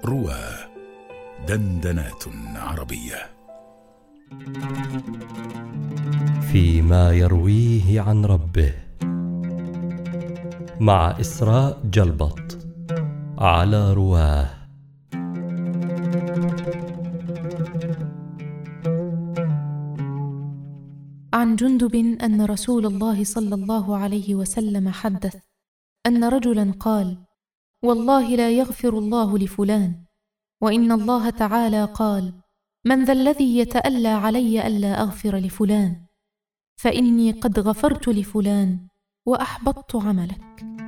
روى دندنات عربية فيما يرويه عن ربه، مع إسراء جلبط على رواه. عن جندب أن رسول الله صلى الله عليه وسلم حدث أن رجلا قال: والله لا يغفر الله لفلان، وإن الله تعالى قال: من ذا الذي يتألى علي ألا أغفر لفلان، فإني قد غفرت لفلان وأحبطت عملك.